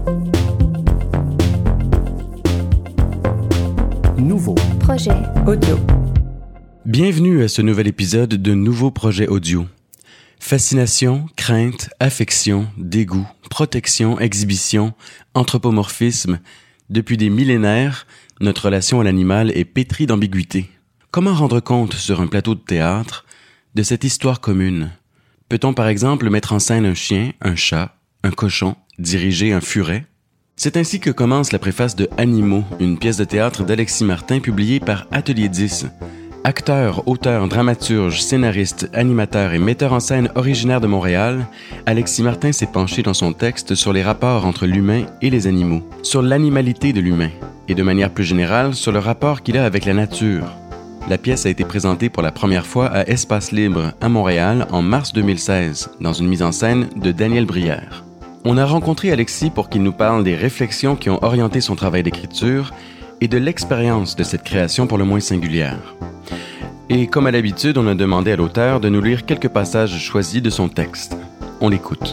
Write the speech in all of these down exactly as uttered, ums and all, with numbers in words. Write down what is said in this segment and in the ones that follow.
Nouveau projet audio. Bienvenue à ce nouvel épisode de Nouveau projet audio. Fascination, crainte, affection, dégoût, protection, exhibition, anthropomorphisme. Depuis des millénaires, notre relation à l'animal est pétrie d'ambiguïté. Comment rendre compte sur un plateau de théâtre de cette histoire commune? Peut-on par exemple mettre en scène un chien, un chat, un cochon, diriger un furet? C'est ainsi que commence la préface de Animaux, une pièce de théâtre d'Alexis Martin publiée par Atelier dix. Acteur, auteur, dramaturge, scénariste, animateur et metteur en scène originaire de Montréal, Alexis Martin s'est penché dans son texte sur les rapports entre l'humain et les animaux, sur l'animalité de l'humain, et de manière plus générale sur le rapport qu'il a avec la nature. La pièce a été présentée pour la première fois à Espace Libre, à Montréal, en mars deux mille seize, dans une mise en scène de Daniel Brière. On a rencontré Alexis pour qu'il nous parle des réflexions qui ont orienté son travail d'écriture et de l'expérience de cette création pour le moins singulière. Et comme à l'habitude, on a demandé à l'auteur de nous lire quelques passages choisis de son texte. On l'écoute.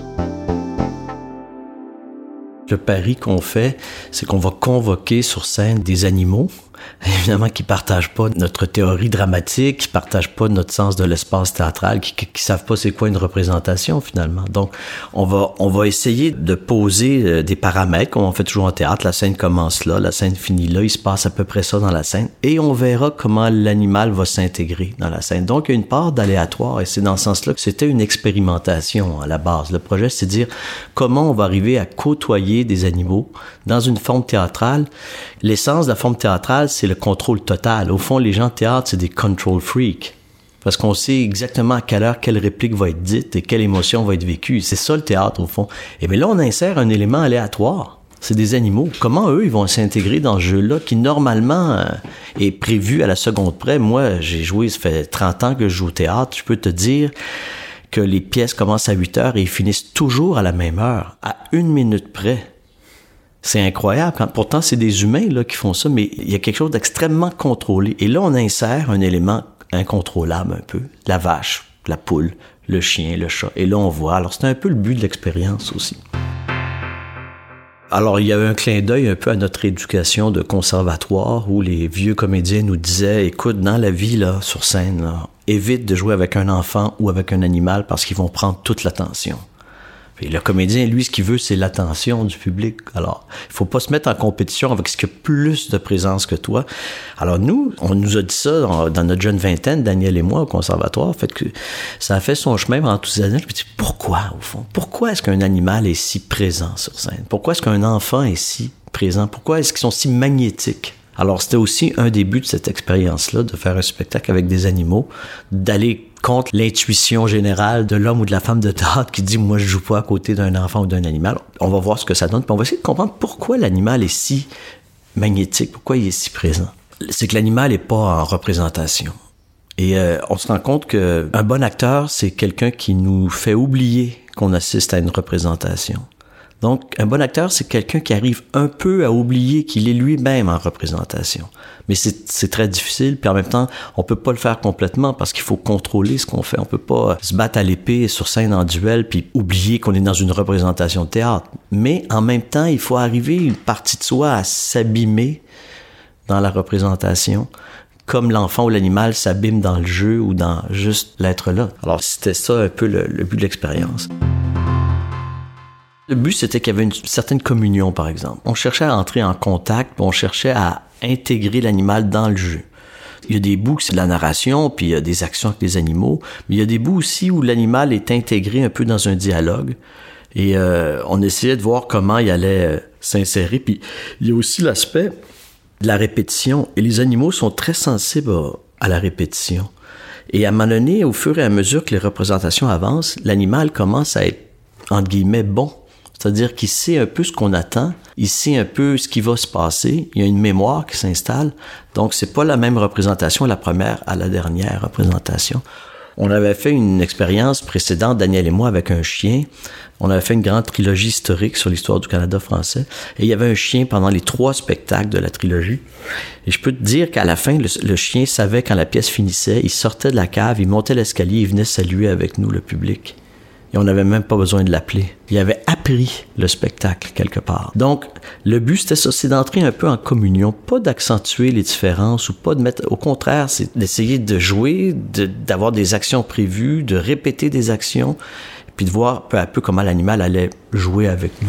Le pari qu'on fait, c'est qu'on va convoquer sur scène des animaux, évidemment qui partagent pas notre théorie dramatique, qui partagent pas notre sens de l'espace théâtral, qui, qui, qui savent pas c'est quoi une représentation finalement. Donc, on va, on va essayer de poser euh, des paramètres, comme on fait toujours en théâtre. La scène commence là, la scène finit là, il se passe à peu près ça dans la scène, et on verra comment l'animal va s'intégrer dans la scène. Donc, il y a une part d'aléatoire, et c'est dans ce sens-là que c'était une expérimentation à la base. Le projet, c'est de dire comment on va arriver à côtoyer des animaux dans une forme théâtrale. L'essence de la forme théâtrale, c'est le contrôle total. Au fond, les gens de théâtre, c'est des control freaks. Parce qu'on sait exactement à quelle heure, quelle réplique va être dite et quelle émotion va être vécue. C'est ça le théâtre, au fond. Et bien là, on insère un élément aléatoire. C'est des animaux. Comment eux, ils vont s'intégrer dans ce jeu-là qui, normalement, euh, est prévu à la seconde près? Moi, j'ai joué, ça fait trente ans que je joue au théâtre. Je peux te dire que les pièces commencent à huit heures et ils finissent toujours à la même heure, à une minute près. C'est incroyable. Pourtant, c'est des humains là, qui font ça, mais il y a quelque chose d'extrêmement contrôlé. Et là, on insère un élément incontrôlable un peu. La vache, la poule, le chien, le chat. Et là, on voit. Alors, c'est un peu le but de l'expérience aussi. Alors, il y avait un clin d'œil un peu à notre éducation de conservatoire où les vieux comédiens nous disaient, écoute, dans la vie, là, sur scène, là, évite de jouer avec un enfant ou avec un animal parce qu'ils vont prendre toute l'attention. Et le comédien, lui, ce qu'il veut, c'est l'attention du public. Alors, il faut pas se mettre en compétition avec ce qui a plus de présence que toi. Alors nous, on nous a dit ça dans, dans notre jeune vingtaine, Daniel et moi, au conservatoire. Fait que ça a fait son chemin pendant toutes ces années. Je me dis, pourquoi, au fond? Pourquoi est-ce qu'un animal est si présent sur scène? Pourquoi est-ce qu'un enfant est si présent? Pourquoi est-ce qu'ils sont si magnétiques? Alors, c'était aussi un des buts de cette expérience-là, de faire un spectacle avec des animaux, d'aller contre l'intuition générale de l'homme ou de la femme de théâtre qui dit « moi, je joue pas à côté d'un enfant ou d'un animal ». On va voir ce que ça donne, puis on va essayer de comprendre pourquoi l'animal est si magnétique, pourquoi il est si présent. C'est que l'animal n'est pas en représentation. Et euh, on se rend compte qu'un bon acteur, c'est quelqu'un qui nous fait oublier qu'on assiste à une représentation. Donc, un bon acteur, c'est quelqu'un qui arrive un peu à oublier qu'il est lui-même en représentation. Mais c'est, c'est très difficile, puis en même temps, on peut pas le faire complètement parce qu'il faut contrôler ce qu'on fait. On peut pas se battre à l'épée sur scène en duel puis oublier qu'on est dans une représentation de théâtre. Mais en même temps, il faut arriver une partie de soi à s'abîmer dans la représentation, comme l'enfant ou l'animal s'abîme dans le jeu ou dans juste l'être là. Alors, c'était ça un peu le, le but de l'expérience. Le but, c'était qu'il y avait une certaine communion, par exemple. On cherchait à entrer en contact, puis on cherchait à intégrer l'animal dans le jeu. Il y a des bouts que c'est de la narration, puis il y a des actions avec les animaux, mais il y a des bouts aussi où l'animal est intégré un peu dans un dialogue. Et euh, on essayait de voir comment il allait euh, s'insérer. Puis il y a aussi l'aspect de la répétition. Et les animaux sont très sensibles à, à la répétition. Et à un moment donné, au fur et à mesure que les représentations avancent, l'animal commence à être, entre guillemets, bon. C'est-à-dire qu'il sait un peu ce qu'on attend, il sait un peu ce qui va se passer, il y a une mémoire qui s'installe, donc c'est pas la même représentation la première à la dernière représentation. On avait fait une expérience précédente, Daniel et moi, avec un chien. On avait fait une grande trilogie historique sur l'histoire du Canada français. Et il y avait un chien pendant les trois spectacles de la trilogie. Et je peux te dire qu'à la fin, le, le chien savait quand la pièce finissait, il sortait de la cave, il montait l'escalier, il venait saluer avec nous, le public. Et on n'avait même pas besoin de l'appeler. Il avait appris le spectacle quelque part. Donc, le but, c'était ça, c'est d'entrer un peu en communion, pas d'accentuer les différences ou pas de mettre... Au contraire, c'est d'essayer de jouer, de, d'avoir des actions prévues, de répéter des actions, puis de voir peu à peu comment l'animal allait jouer avec nous.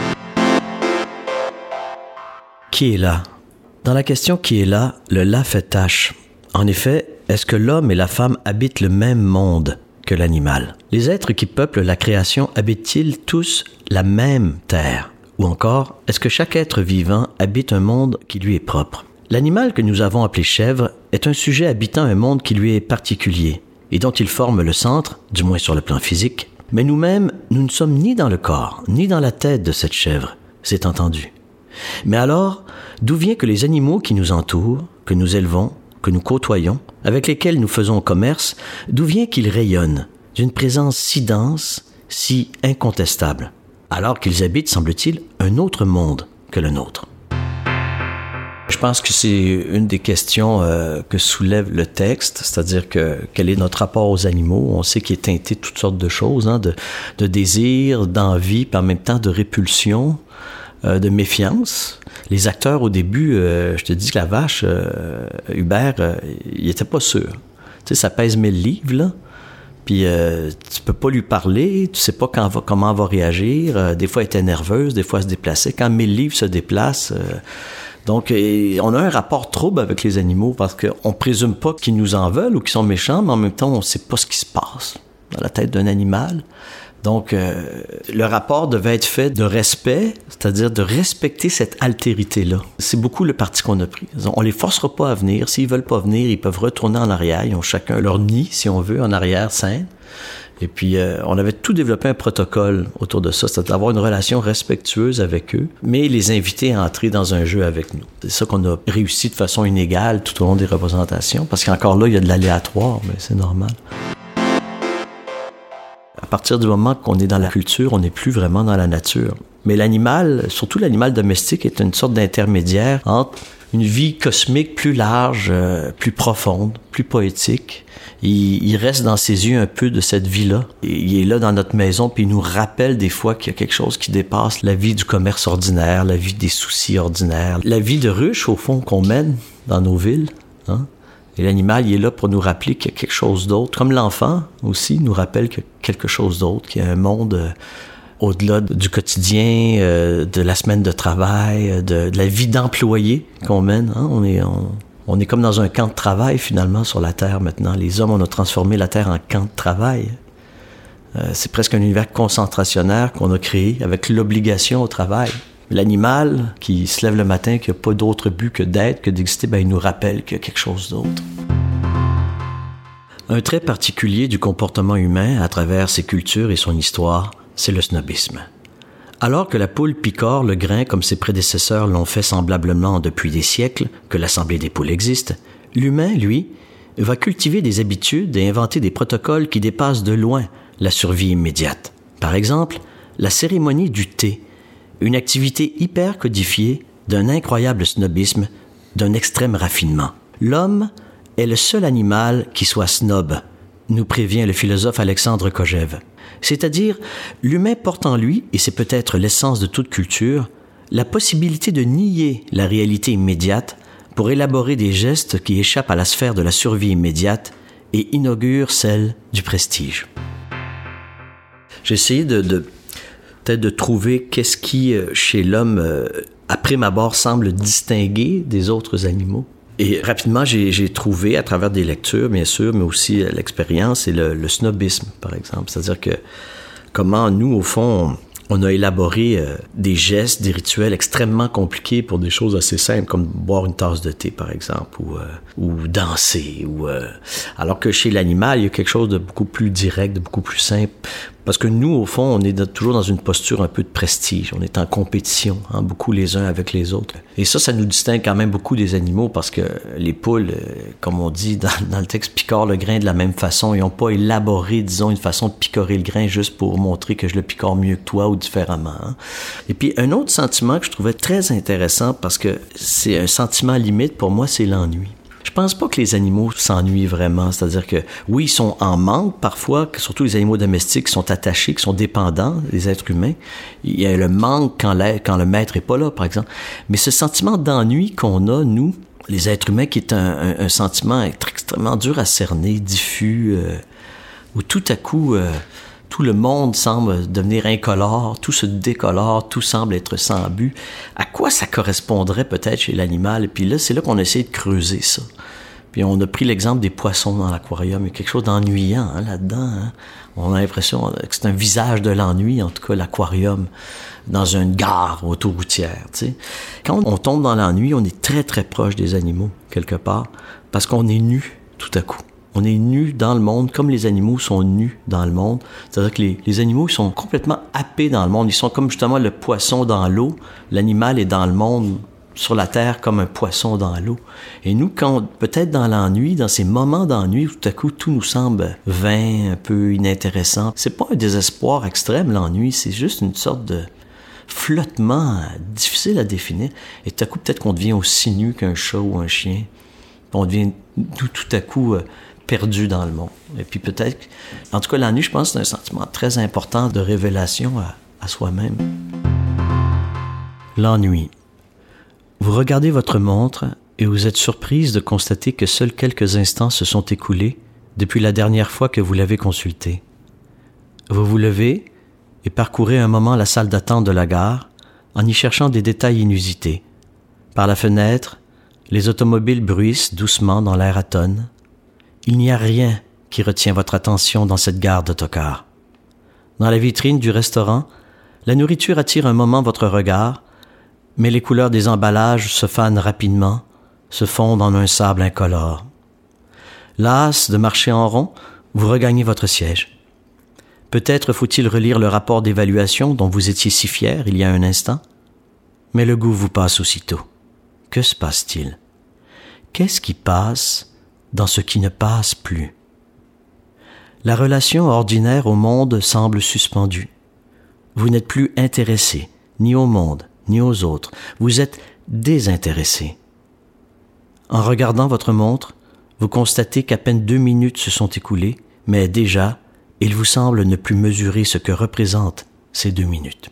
Qui est là? Dans la question « qui est là ?», le « là » fait tâche. En effet, est-ce que l'homme et la femme habitent le même monde que l'animal? Les êtres qui peuplent la création habitent-ils tous la même terre? Ou encore, est-ce que chaque être vivant habite un monde qui lui est propre? L'animal que nous avons appelé chèvre est un sujet habitant un monde qui lui est particulier et dont il forme le centre, du moins sur le plan physique. Mais nous-mêmes, nous ne sommes ni dans le corps, ni dans la tête de cette chèvre, c'est entendu. Mais alors, d'où vient que les animaux qui nous entourent, que nous élevons, que nous côtoyons, avec lesquels nous faisons commerce, d'où vient qu'ils rayonnent, d'une présence si dense, si incontestable, alors qu'ils habitent, semble-t-il, un autre monde que le nôtre? Je pense que c'est une des questions euh, que soulève le texte, c'est-à-dire que quel est notre rapport aux animaux? On sait qu'il est teinté de toutes sortes de choses, hein, de, de désir, d'envie, puis en même temps de répulsion, euh, de méfiance. Les acteurs, au début, euh, je te dis que la vache, euh, Hubert, euh, il était pas sûr. Tu sais, ça pèse mille livres, là. Puis euh, tu peux pas lui parler, tu sais pas quand va, comment elle va réagir. Euh, des fois, elle était nerveuse, des fois, elle se déplaçait. Quand mille livres se déplacent... Euh, donc, et on a un rapport trouble avec les animaux parce qu'on présume pas qu'ils nous en veulent ou qu'ils sont méchants, mais en même temps, on sait pas ce qui se passe dans la tête d'un animal. Donc, euh, le rapport devait être fait de respect, c'est-à-dire de respecter cette altérité-là. C'est beaucoup le parti qu'on a pris. On les forcera pas à venir. S'ils veulent pas venir, ils peuvent retourner en arrière. Ils ont chacun leur nid, si on veut, en arrière-scène. Et puis, euh, on avait tout développé un protocole autour de ça, c'est-à-dire d'avoir une relation respectueuse avec eux, mais les inviter à entrer dans un jeu avec nous. C'est ça qu'on a réussi de façon inégale tout au long des représentations, parce qu'encore là, il y a de l'aléatoire, mais c'est normal. À partir du moment qu'on est dans la culture, on n'est plus vraiment dans la nature. Mais l'animal, surtout l'animal domestique, est une sorte d'intermédiaire entre une vie cosmique plus large, euh, plus profonde, plus poétique. Il, il reste dans ses yeux un peu de cette vie-là. Il est là dans notre maison, puis il nous rappelle des fois qu'il y a quelque chose qui dépasse la vie du commerce ordinaire, la vie des soucis ordinaires, la vie de ruche, au fond, qu'on mène dans nos villes, hein? Et l'animal, il est là pour nous rappeler qu'il y a quelque chose d'autre. Comme l'enfant aussi nous rappelle qu'il y a quelque chose d'autre, qu'il y a un monde euh, au-delà du quotidien, euh, de la semaine de travail, de, de la vie d'employé qu'on mène. Hein? On est, on, on est comme dans un camp de travail, finalement, sur la Terre maintenant. Les hommes, on a transformé la Terre en camp de travail. Euh, c'est presque un univers concentrationnaire qu'on a créé avec l'obligation au travail. L'animal qui se lève le matin, qui n'a pas d'autre but que d'être, que d'exister, ben, il nous rappelle qu'il y a quelque chose d'autre. Un trait particulier du comportement humain à travers ses cultures et son histoire, c'est le snobisme. Alors que la poule picore le grain comme ses prédécesseurs l'ont fait semblablement depuis des siècles que l'Assemblée des poules existe, l'humain, lui, va cultiver des habitudes et inventer des protocoles qui dépassent de loin la survie immédiate. Par exemple, la cérémonie du thé, une activité hyper codifiée d'un incroyable snobisme, d'un extrême raffinement. L'homme est le seul animal qui soit snob, nous prévient le philosophe Alexandre Kojève. C'est-à-dire, l'humain porte en lui, et c'est peut-être l'essence de toute culture, la possibilité de nier la réalité immédiate pour élaborer des gestes qui échappent à la sphère de la survie immédiate et inaugurent celle du prestige. J'ai essayé de... de peut-être de trouver qu'est-ce qui, chez l'homme, euh, à prime abord, semble distinguer des autres animaux. Et rapidement, j'ai, j'ai trouvé, à travers des lectures, bien sûr, mais aussi euh, l'expérience, et le, le snobisme, par exemple. C'est-à-dire que comment, nous, au fond, on, on a élaboré euh, des gestes, des rituels extrêmement compliqués pour des choses assez simples, comme boire une tasse de thé, par exemple, ou, euh, ou danser. Ou, euh... Alors que chez l'animal, il y a quelque chose de beaucoup plus direct, de beaucoup plus simple. Parce que nous, au fond, on est de, toujours dans une posture un peu de prestige. On est en compétition, hein, beaucoup les uns avec les autres. Et ça, ça nous distingue quand même beaucoup des animaux parce que les poules, euh, comme on dit dans, dans le texte, picorent le grain de la même façon. Ils n'ont pas élaboré, disons, une façon de picorer le grain juste pour montrer que je le picore mieux que toi ou différemment. Hein. Et puis, un autre sentiment que je trouvais très intéressant parce que c'est un sentiment limite pour moi, c'est l'ennui. Je pense pas que les animaux s'ennuient vraiment. C'est-à-dire que, oui, ils sont en manque parfois, surtout les animaux domestiques qui sont attachés, qui sont dépendants des êtres humains. Il y a le manque quand, quand le maître est pas là, par exemple. Mais ce sentiment d'ennui qu'on a, nous, les êtres humains, qui est un, un, un sentiment extrêmement dur à cerner, diffus, euh, où tout à coup, euh, tout le monde semble devenir incolore, tout se décolore, tout semble être sans but. À quoi ça correspondrait peut-être chez l'animal? Et puis là, c'est là qu'on a essayé de creuser ça. Puis on a pris l'exemple des poissons dans l'aquarium. Il y a quelque chose d'ennuyant hein, là-dedans. Hein? On a l'impression que c'est un visage de l'ennui, en tout cas l'aquarium, dans une gare autoroutière. Tu sais. Quand on tombe dans l'ennui, on est très très proche des animaux, quelque part, parce qu'on est nu tout à coup. On est nus dans le monde, comme les animaux sont nus dans le monde. C'est-à-dire que les, les animaux ils sont complètement happés dans le monde. Ils sont comme justement le poisson dans l'eau. L'animal est dans le monde, sur la terre, comme un poisson dans l'eau. Et nous, quand peut-être dans l'ennui, dans ces moments d'ennui, où tout à coup, tout nous semble vain, un peu inintéressant. C'est pas un désespoir extrême, l'ennui. C'est juste une sorte de flottement difficile à définir. Et tout à coup, peut-être qu'on devient aussi nu qu'un chat ou un chien. On devient tout, tout à coup... Euh, perdu dans le monde. Et puis peut-être... En tout cas, l'ennui, je pense, c'est un sentiment très important de révélation à, à soi-même. L'ennui. Vous regardez votre montre et vous êtes surprise de constater que seuls quelques instants se sont écoulés depuis la dernière fois que vous l'avez consultée. Vous vous levez et parcourez un moment la salle d'attente de la gare en y cherchant des détails inusités. Par la fenêtre, les automobiles bruissent doucement dans l'air atone. Il n'y a rien qui retient votre attention dans cette gare d'autocar. Dans la vitrine du restaurant, la nourriture attire un moment votre regard, mais les couleurs des emballages se fanent rapidement, se fondent en un sable incolore. Las de marcher en rond, vous regagnez votre siège. Peut-être faut-il relire le rapport d'évaluation dont vous étiez si fier il y a un instant, mais le goût vous passe aussitôt. Que se passe-t-il? Qu'est-ce qui passe dans ce qui ne passe plus? La relation ordinaire au monde semble suspendue. Vous n'êtes plus intéressé, ni au monde, ni aux autres. Vous êtes désintéressé. En regardant votre montre, vous constatez qu'à peine deux minutes se sont écoulées, mais déjà, il vous semble ne plus mesurer ce que représentent ces deux minutes.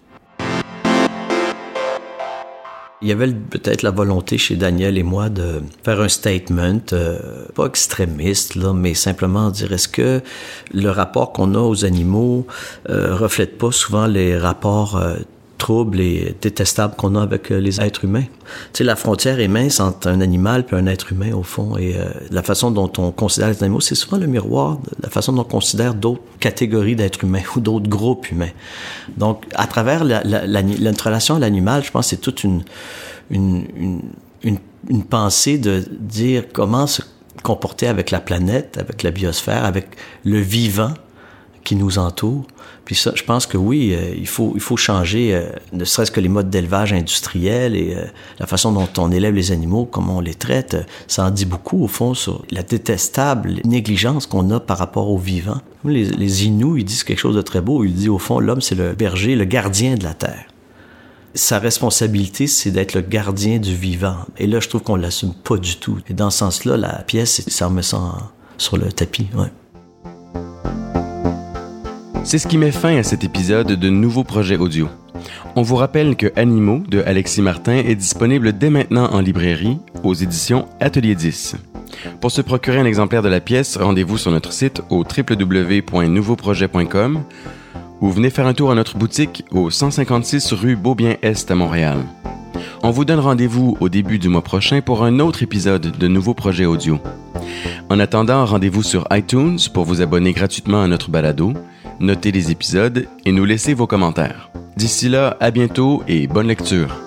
Il y avait peut-être la volonté chez Daniel et moi de faire un statement, euh, pas extrémiste, là, mais simplement dire est-ce que le rapport qu'on a aux animaux euh, reflète pas souvent les rapports euh, troubles et détestables qu'on a avec euh, les êtres humains. Tu sais, la frontière est mince entre un animal et un être humain, au fond, et euh, la façon dont on considère les animaux, c'est souvent le miroir de la façon dont on considère d'autres catégories d'êtres humains ou d'autres groupes humains. Donc, à travers la, la, la, notre relation à l'animal, je pense que c'est toute une, une, une, une, une pensée de dire comment se comporter avec la planète, avec la biosphère, avec le vivant qui nous entoure. Puis ça, je pense que oui, euh, il faut il faut changer, euh, ne serait-ce que les modes d'élevage industriel et euh, la façon dont on élève les animaux, comment on les traite, euh, ça en dit beaucoup au fond sur la détestable négligence qu'on a par rapport aux vivants. Les, les Inuits, ils disent quelque chose de très beau. Ils disent au fond, l'homme c'est le berger, le gardien de la terre. Sa responsabilité, c'est d'être le gardien du vivant. Et là, je trouve qu'on l'assume pas du tout. Et dans ce sens-là, la pièce, ça remet ça en, sur le tapis. Ouais. C'est ce qui met fin à cet épisode de Nouveaux projets audio. On vous rappelle que Animaux de Alexis Martin est disponible dès maintenant en librairie aux éditions Atelier dix. Pour se procurer un exemplaire de la pièce, rendez-vous sur notre site au w w w point nouveau projet point com ou venez faire un tour à notre boutique au cent cinquante-six rue Beaubien-Est à Montréal. On vous donne rendez-vous au début du mois prochain pour un autre épisode de Nouveaux projets audio. En attendant, rendez-vous sur iTunes pour vous abonner gratuitement à notre balado, noter les épisodes et nous laisser vos commentaires. D'ici là, à bientôt et bonne lecture.